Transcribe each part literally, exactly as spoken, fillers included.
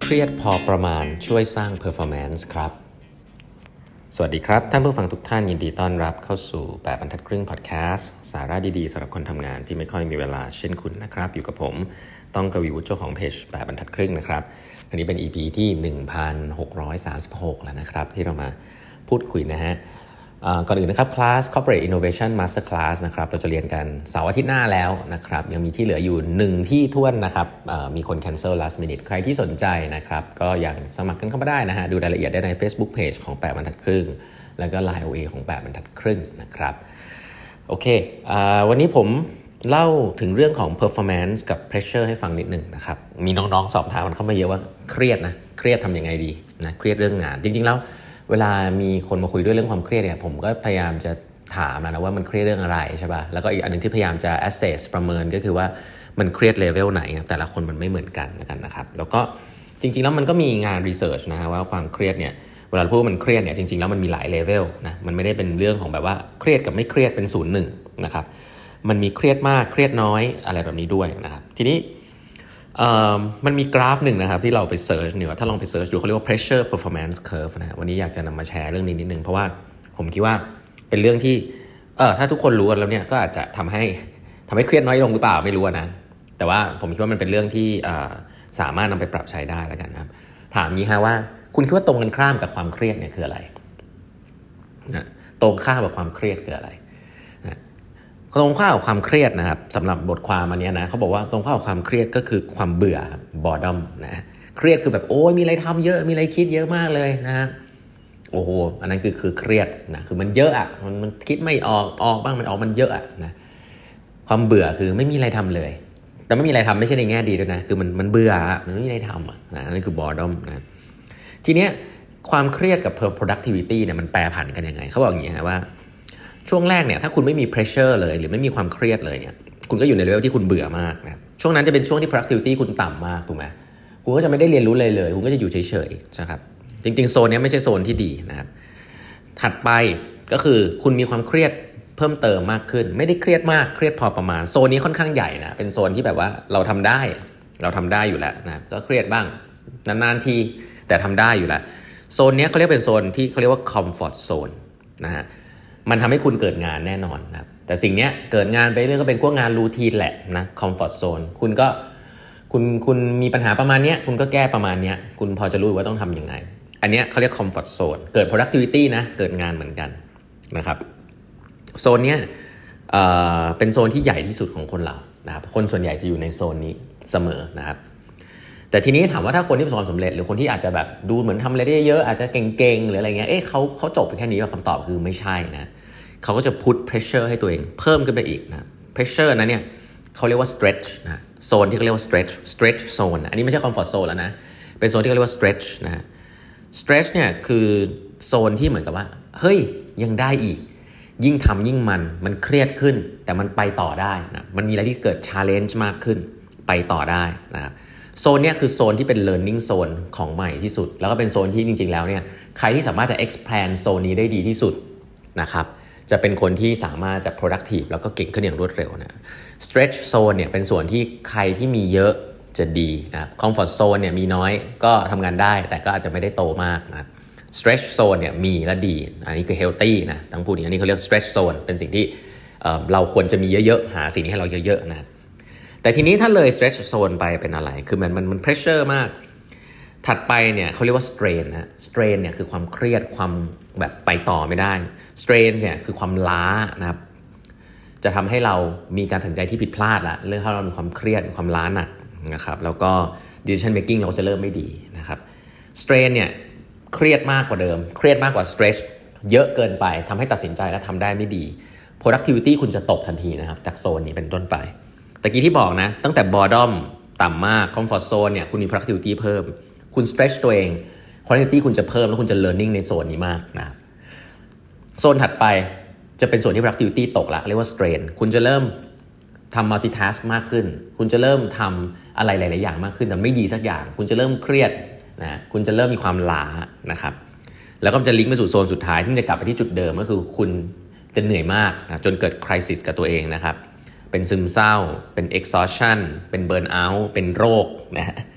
เครียดพอประมาณช่วยสร้าง performance ครับสวัสดีครับท่านผู้ฟังทุกท่านยินดีต้อนรับเข้าสู่แปดบรรทัดครึ่งพอดแคสต์สาระดีๆสำหรับคนทำงานที่ไม่ค่อยมีเวลาเช่นคุณนะครับอยู่กับผมต้องกวีวุฒิเจ้าของเพจแปดบรรทัดครึ่งนะครับอันนี้เป็น อี พี ที่ หนึ่งพันหกร้อยสามสิบหก แล้วนะครับที่เรามาพูดคุยนะฮะก่อนอื่นนะครับคลาส Corporate Innovation Master Class นะครับเราจะเรียนกันเสาร์อาทิตย์หน้าแล้วนะครับยังมีที่เหลืออยู่หนึ่งที่ท้วนนะครับมีคน cancel last minute ใครที่สนใจนะครับก็ยังสมัครกันเข้ามาได้นะฮะดูรายละเอียดได้ใน Facebook Page ของแปดบรรทัดครึ่งแล้วก็ ไลน์ โอ เอ ของแปดบรรทัดครึ่งนะครับโอเควันนี้ผมเล่าถึงเรื่องของ performance กับ pressure ให้ฟังนิดนึงนะครับมีน้องๆสอบถามกันเข้ามาเยอะว่าเครียดนะเครียดทำยังไงดีนะเครียดเรื่องงานจริงๆแล้วเวลามีคนมาคุยด้วยเรื่องความเครียดเนี่ยผมก็พยายามจะถามนะว่ามันเครียดเรื่องอะไรใช่ป่ะแล้วก็อีกอันนึงที่พยายามจะ assess ประเมินก็คือว่ามันเครียด level ไหนแต่ละคนมันไม่เหมือนกันกันนะครับแล้วก็จริงๆแล้วมันก็มีงาน research นะฮะว่าความเครียดเนี่ยเวลาพูดว่ามันเครียดเนี่ยจริงๆแล้วมันมีหลาย level นะมันไม่ได้เป็นเรื่องของแบบว่าเครียดกับไม่เครียดเป็นศูนย์หนึ่งนะครับมันมีเครียดมากเครียดน้อยอะไรแบบนี้ด้วยนะครับทีนี้มันมีกราฟหนึ่งนะครับที่เราไปเซิร์ชเนี่ยถ้าลองไปเซิร์ชดูเขาเรียกว่า pressure performance curve นะวันนี้อยากจะนำมาแชร์เรื่องนี้นิดนึงเพราะว่าผมคิดว่าเป็นเรื่องที่เออถ้าทุกคนรู้กันแล้วเนี่ยก็อาจจะทำให้ทำให้เครียดน้อยลงหรือเปล่าไม่รู้นะแต่ว่าผมคิดว่ามันเป็นเรื่องที่สามารถนำไปปรับใช้ได้แล้วกันครับถามงี้ฮะว่าคุณคิดว่าตรงกันข้ามกับความเครียดเนี่ยคืออะไรนะตรงข้ามกับความเครียดคืออะไรตรงข้ามกับความเครียดนะครับสำหรับบทความอันนี้นะเขาบอกว่าตรงข้ามกับความเครียดก็คือความเบื่อครับ boredom นะเครียดคือแบบโอ้ยมีอะไรทำเยอะมีอะไรคิดเยอะมากเลยนะฮะโอ้โหอันนั้นคือคือเครียดนะคือมันเยอะอ่ะมันมันคิดไม่ออกออกบ้างมันออกมันเยอะอ่ะนะความเบื่อคือไม่มีอะไรทำเลยแต่ไม่มีอะไรทำไม่ใช่ในแง่ดีด้วยนะคือมันมันเบื่ออ่ะมันไม่มีอะไรทำอ่ะนะนั่นคือ boredom นะทีเนี้ยความเครียดกับ productivity เนี่ยมันแปรผันกันยังไงเขาบอกอย่างนี้นะว่าช่วงแรกเนี่ยถ้าคุณไม่มี pressure เลยหรือไม่มีความเครียดเลยเนี่ยคุณก็อยู่ในเลเวลที่คุณเบื่อมากนะช่วงนั้นจะเป็นช่วงที่ productivity คุณต่ำมากถูกไหมคุณก็จะไม่ได้เรียนรู้เลยเลยคุณก็จะอยู่เฉยๆนะครับจริงๆโซนนี้ไม่ใช่โซนที่ดีนะครับถัดไปก็คือคุณมีความเครียดเพิ่มเติมมากขึ้นไม่ได้เครียดมากเครียดพอประมาณโซนนี้ค่อนข้างใหญ่นะเป็นโซนที่แบบว่าเราทำได้เราทำได้อยู่แล้วนะก็เครียดบ้างนานๆทีแต่ทำได้อยู่แล้วโซนนี้เขาเรียกเป็นโซนที่เขาเรียกว่า comfort zone นะฮะมันทำให้คุณเกิดงานแน่นอนนะครับแต่สิ่งนี้เกิดงานไปเรื่อยก็เป็นพวกงานรูทีนแหละนะคอมฟอร์ตโซนคุณก็คุณคุณมีปัญหาประมาณนี้คุณก็แก้ประมาณนี้คุณพอจะรู้ว่าต้องทำยังไงอันนี้เขาเรียกคอมฟอร์ตโซนเกิด productivity นะเกิดงานเหมือนกันนะครับโซนนี้เอ่อเป็นโซนที่ใหญ่ที่สุดของคนเรานะครับคนส่วนใหญ่จะอยู่ในโซนนี้เสมอนะครับแต่ทีนี้ถามว่าถ้าคนที่ประสบความสำเร็จหรือคนที่อาจจะแบบดูเหมือนทำอะไรได้เยอะอาจจะเก่งๆหรืออะไรเงี้ยเอ๊ะเขาเขาจบไปแค่นี้คำตอบคือไม่ใช่นะเขาก็จะ put pressure ให้ตัวเองเพิ่มขึ้นไปอีกนะ pressure นั้นเนี่ยเขาเรียกว่า stretch นะโซนที่เขาเรียกว่า stretch stretch zone อันนี้ไม่ใช่ comfort zone แล้วนะเป็นโซนที่เขาเรียกว่า stretch นะ stretch เนี่ยคือโซนที่เหมือนกับว่าเฮ้ยยังได้อีกยิ่งทำยิ่งมันมันเครียดขึ้นแต่มันไปต่อได้นะมันมีอะไรที่เกิด challenge มากขึ้นไปต่อได้นะครับโซนเนี้ยคือโซนที่เป็น learning zone ของใหม่ที่สุดแล้วก็เป็นโซนที่จริงๆแล้วเนี่ยใครที่สามารถจะ expand โซนนี้ได้ดีที่สุดนะครับจะเป็นคนที่สามารถจะ productive แล้วก็เก่งขึ้นอย่างรวดเร็วนะ stretch zone เนี่ยเป็นส่วนที่ใครที่มีเยอะจะดีนะ comfort zone เนี่ยมีน้อยก็ทำงานได้แต่ก็อาจจะไม่ได้โตมากนะ stretch zone เนี่ยมีและดีอันนี้คือ healthy นะต้องพูดอย่างนี้เขาเรียก stretch zone เป็นสิ่งที่ เอ่อ เราควรจะมีเยอะๆหาสิ่งนี้ให้เราเยอะๆนะแต่ทีนี้ถ้าเลย stretch zone ไปเป็นอะไรคือมันมันมัน pressure มากถัดไปเนี่ยเขาเรียกว่า strain นะ strain เนี่ยคือความเครียดความแบบไปต่อไม่ได้ strain เนี่ยคือความล้านะครับจะทำให้เรามีการตัดสินใจที่ผิดพลาดละเรื่องที่เรามีความเครียดความล้าหนักนะครับแล้วก็ decision making เราจะเริ่มไม่ดีนะครับ strain เนี่ยเครียดมากกว่าเดิมเครียดมากกว่า stretch เยอะเกินไปทำให้ตัดสินใจและทำได้ไม่ดี productivity คุณจะตกทันทีนะครับจากโซนนี้เป็นต้นไปตะกี้ที่บอกนะตั้งแต่ boredom ต่ำมาก comfort zone เนี่ยคุณมี productivity เพิ่มคุณ stretch ตัวเอง quality คุณจะเพิ่มแล้วคุณจะ learning ในโซนนี้มากนะครับโซนถัดไปจะเป็นส่วนที่ productivity ตกละเรียกว่า strain คุณจะเริ่มทำ multitask มากขึ้นคุณจะเริ่มทำอะไรหลายๆอย่างมากขึ้นแต่ไม่ดีสักอย่างคุณจะเริ่มเครียดนะคุณจะเริ่มมีความล้านะครับแล้วก็จะลิงก์ไปสู่โซนสุดท้ายที่จะกลับไปที่จุดเดิมก็คือคุณจะเหนื่อยมากนะจนเกิด crisis กับตัวเองนะครับเป็นซึมเศร้าเป็น exhaustion เป็น burn out เป็นโรคนะ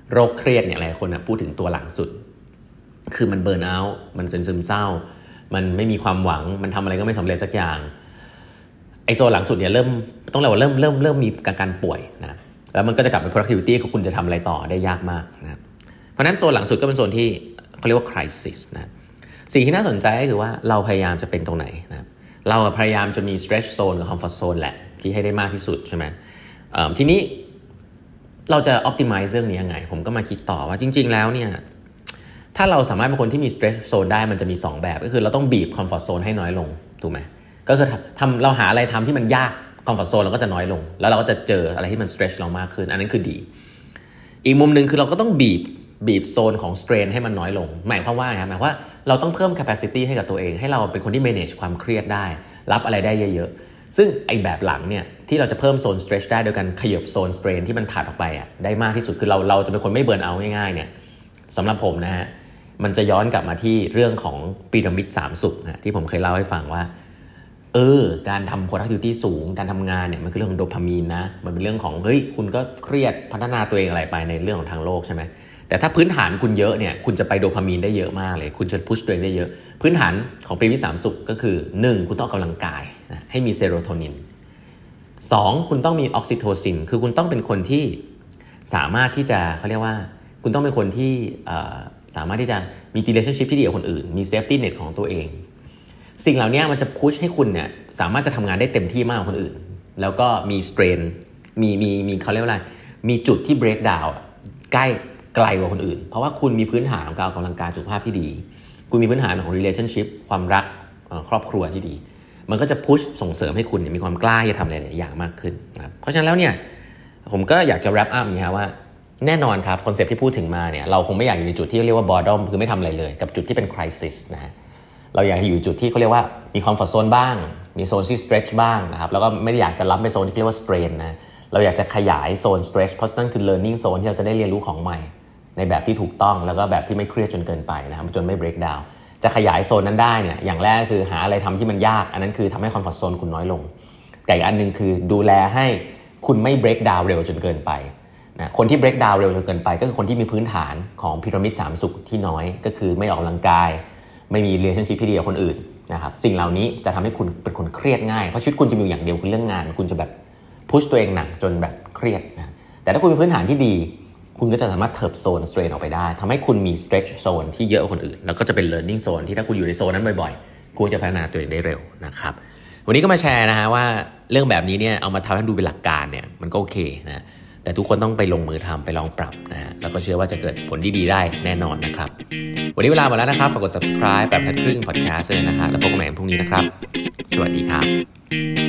โรคเครียดเนี่ยหลายคนนะพูดถึงตัวหลังสุดคือมันเบิร์นเอาท์มันเป็นซึมเศร้ามันไม่มีความหวังมันทำอะไรก็ไม่สำเร็จสักอย่างไอโซนหลังสุดเนี่ยเริ่มต้องเรียกว่าเริ่มเริ่มเริ่มมีอาการป่วยนะแล้วมันก็จะกลับไป productivity ของคุณจะทำอะไรต่อได้ยากมากนะเพราะนั้นโซนหลังสุดก็เป็นโซนที่เขาเรียกว่า crisis นะสิ่งที่น่าสนใจก็คือว่าเราพยายามจะเป็นตรงไหนนะเราพยายามจะมี stretch zone กับ comfort zone แหละที่ให้ได้มากที่สุดใช่ไหมทีนี้เราจะ optimize เรื่องนี้ยังไงผมก็มาคิดต่อว่าจริงๆแล้วเนี่ยถ้าเราสามารถเป็นคนที่มี stretch zone ได้มันจะมีสองแบบก็คือเราต้องบีบ comfort zone ให้น้อยลงถูกไหมก็คือทำเราหาอะไรทำที่มันยาก comfort zone เราก็จะน้อยลงแล้วเราก็จะเจออะไรที่มัน stretch เรามากขึ้นอันนั้นคือดีอีกมุมนึงคือเราก็ต้องบีบบีบโซนของ strain ให้มันน้อยลงหมายความว่าไงหมายความว่าเราต้องเพิ่ม capacity ให้กับตัวเองให้เราเป็นคนที่ manage ความเครียดได้รับอะไรได้เยอะๆซึ่งไอ้แบบหลังเนี่ยที่เราจะเพิ่มโซน stretch ได้โดยการขยับโซน strain ที่มันถัดออกไปอ่ะได้มากที่สุดคือเราเราจะเป็นคนไม่เบิร์นเอาท์ง่ายๆเนี่ยสำหรับผมนะฮะมันจะย้อนกลับมาที่เรื่องของพีระมิดสามสุขนะที่ผมเคยเล่าให้ฟังว่าเออการทำ productivity สูงการทำงานเนี่ยมันคือเรื่องของโดพามีนนะมันเป็นเรื่องของเฮ้ยคุณก็เครียดพัฒนาตัวเองอะไรไปในเรื่องของทางโลกใช่ไหมแต่ถ้าพื้นฐานคุณเยอะเนี่ยคุณจะไปโดพามีนได้เยอะมากเลยคุณจะพุชตัวเองได้เยอะพื้นฐานของพีระมิดสามสุขก็คือหนึ่งคุณต้องออกกำลังกายนะให้มีเซโรโทนินสองคุณต้องมีออกซิโทซินคือคุณต้องเป็นคนที่สามารถที่จะเขาเรียกว่าคุณต้องเป็นคนที่สามารถที่จะมี relationship ที่ดีกับคนอื่นมี safety net ของตัวเองสิ่งเหล่านี้มันจะพุชให้คุณเนี่ยสามารถจะทำงานได้เต็มที่มากกว่าคนอื่นแล้วก็มี strain มีมีมีเขาเรียกว่าอะไรมีจุดที่ break down ใกล้ไกลกว่าคนอื่นเพราะว่าคุณมีพื้นฐานของการออกกำลังกายสุขภาพที่ดีคุณมีพื้นฐานของ relationship ความรักครอบครัวที่ดีมันก็จะพุชส่งเสริมให้คุณมีความกล้าที่จะทำอะไรหลายอย่างมากขึ้นนะครับเพราะฉะนั้นแล้วเนี่ยผมก็อยากจะ wrap up อย่างนี้ครับว่าแน่นอนครับคอนเซ็ปต์ที่พูดถึงมาเนี่ยเราคงไม่อยากอยู่ในจุดที่เรียกว่า boredom คือไม่ทำอะไรเลยกับจุดที่เป็น crisis นะฮะเราอยากอยู่จุดที่เขาเรียกว่ามี comfort zone บ้างมีโซนที่ stretch บ้างนะครับแล้วก็ไม่ได้อยากจะรับไปโซนที่เรียกว่า strain นะเราอยากจะขยายโซน stretch เพราะนั่นคือ learning zone ที่เราจะได้เรียนรู้ของใหม่ในแบบที่ถูกต้องแล้วก็แบบที่ไม่เครียดจนเกินไปนะครับจนไม่ break down จะขยายโซนนั้นได้เนี่ยอย่างแรกคือหาอะไรทำที่มันยากอันนั้นคือทำให้ comfort zone คุณน้อยลงแต่อีกอันนึงคือดูแลให้คุณไม่ break down เร็วจนเกินไปนะคนที่ break down เร็วจนเกินไปก็คือคนที่มีพื้นฐานของพีระมิดสามสุขที่น้อยก็คือไม่ออกกำลังกายไม่มี relationship ที่ดีกับคนอื่นนะครับสิ่งเหล่านี้จะทำให้คุณเป็นคนเครียดง่ายเพราะชีวิตคุณจะมีอย่างเดียวคือเรื่องงานคุณจะแบบพุชตัวเองหนักจนแบบเครียดนะแต่ถ้าคุณมีพื้นฐานที่ดีคุณก็จะสามารถเทิบโซน strain ออกไปได้ทำให้คุณมี stretch zone ที่เยอะกว่าคนอื่นแล้วก็จะเป็น learning zone ที่ถ้าคุณอยู่ในโซนนั้นบ่อยๆคุณจะพัฒนาตัวเองได้เร็วนะครับวันนี้ก็มาแชร์นะฮะว่าเรื่องแบบนี้เนี่ยเอามาทำให้ดูเป็นหลักการเนี่ยมันก็โอเคนะแต่ทุกคนต้องไปลงมือทำไปลองปรับนะฮะแล้วก็เชื่อว่าจะเกิดผลดีๆได้แน่นอนนะครับวันนี้เวลาหมดแล้วนะครับฝากกด subscribe แบบทัดครึ่ง podcast เลยนะฮะแล้วพบกันใหม่พรุ่งนี้นะครับสวัสดีครับ